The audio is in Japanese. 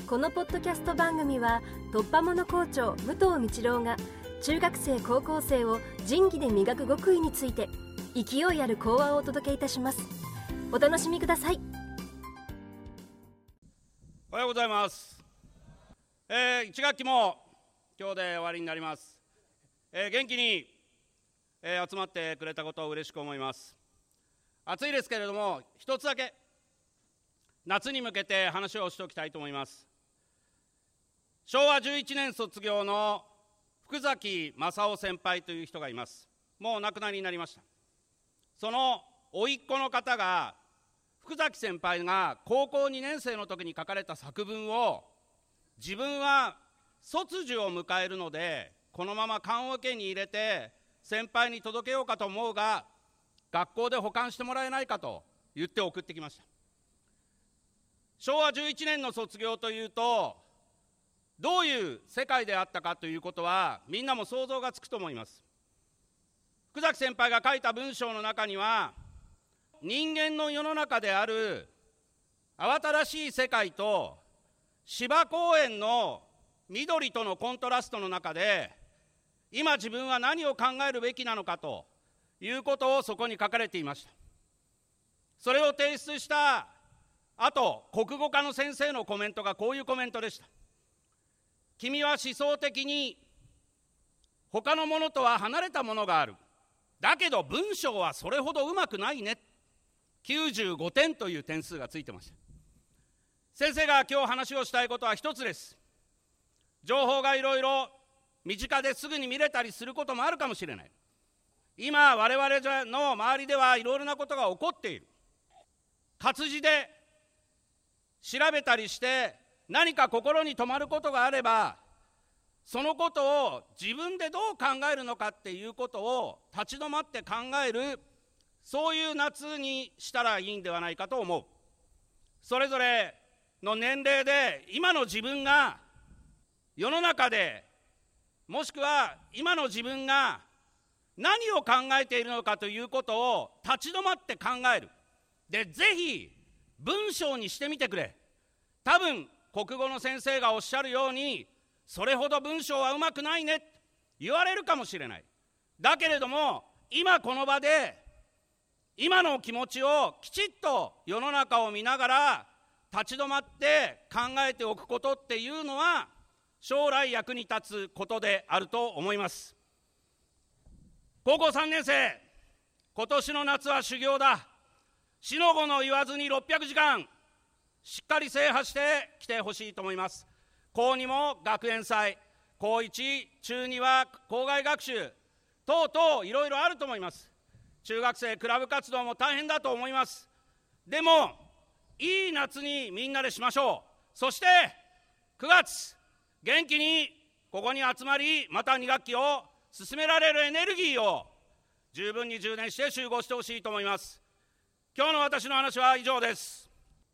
このポッドキャスト番組は突破者校長武藤道郎が中学生高校生を仁義で磨く極意について勢いある講話をお届けいたします。お楽しみください。 おはようございます。1学期も今日で終わりになります。元気に、集まってくれたことを嬉しく思います。暑いですけれども、一つだけ夏に向けて話をしておきたいと思います。昭和11年卒業の福崎正夫先輩という人がいます。もうお亡くなりになりました。その甥っ子の方が、福崎先輩が高校2年生の時に書かれた作文を、自分は卒寿を迎えるのでこのまま棺桶に入れて先輩に届けようかと思うが、学校で保管してもらえないかと言って送ってきました。昭和11年の卒業というと、どういう世界であったかということはみんなも想像がつくと思います。福崎先輩が書いた文章の中には、人間の世の中である慌ただしい世界と芝公園の緑とのコントラストの中で、今自分は何を考えるべきなのかということをそこに書かれていました。それを提出した後、国語科の先生のコメントがこういうコメントでした。君は思想的に他のものとは離れたものがある。だけど文章はそれほどうまくないね。95点という点数がついてました。先生が今日話をしたいことは一つです。情報がいろいろ身近ですぐに見れたりすることもあるかもしれない。今我々の周りではいろいろなことが起こっている。活字で調べたりして何か心に留まることがあれば、そのことを自分でどう考えるのかっていうことを立ち止まって考える、そういう夏にしたらいいんではないかと思う。それぞれの年齢で今の自分が世の中で、もしくは今の自分が何を考えているのかということを立ち止まって考える。で、ぜひ文章にしてみてくれ。多分国語の先生がおっしゃるように、それほど文章はうまくないねって言われるかもしれない。だけれども今この場で今の気持ちをきちっと世の中を見ながら立ち止まって考えておくことっていうのは、将来役に立つことであると思います。高校3年生、今年の夏は修行だ。四の五の言わずに600時間しっかり制覇してきてほしいと思います。高2も学園祭、高1、中2は校外学習等々いろいろあると思います。中学生クラブ活動も大変だと思います。でもいい夏にみんなでしましょう。そして9月元気にここに集まり、また2学期を進められるエネルギーを十分に充電して集合してほしいと思います。今日の私の話は以上です。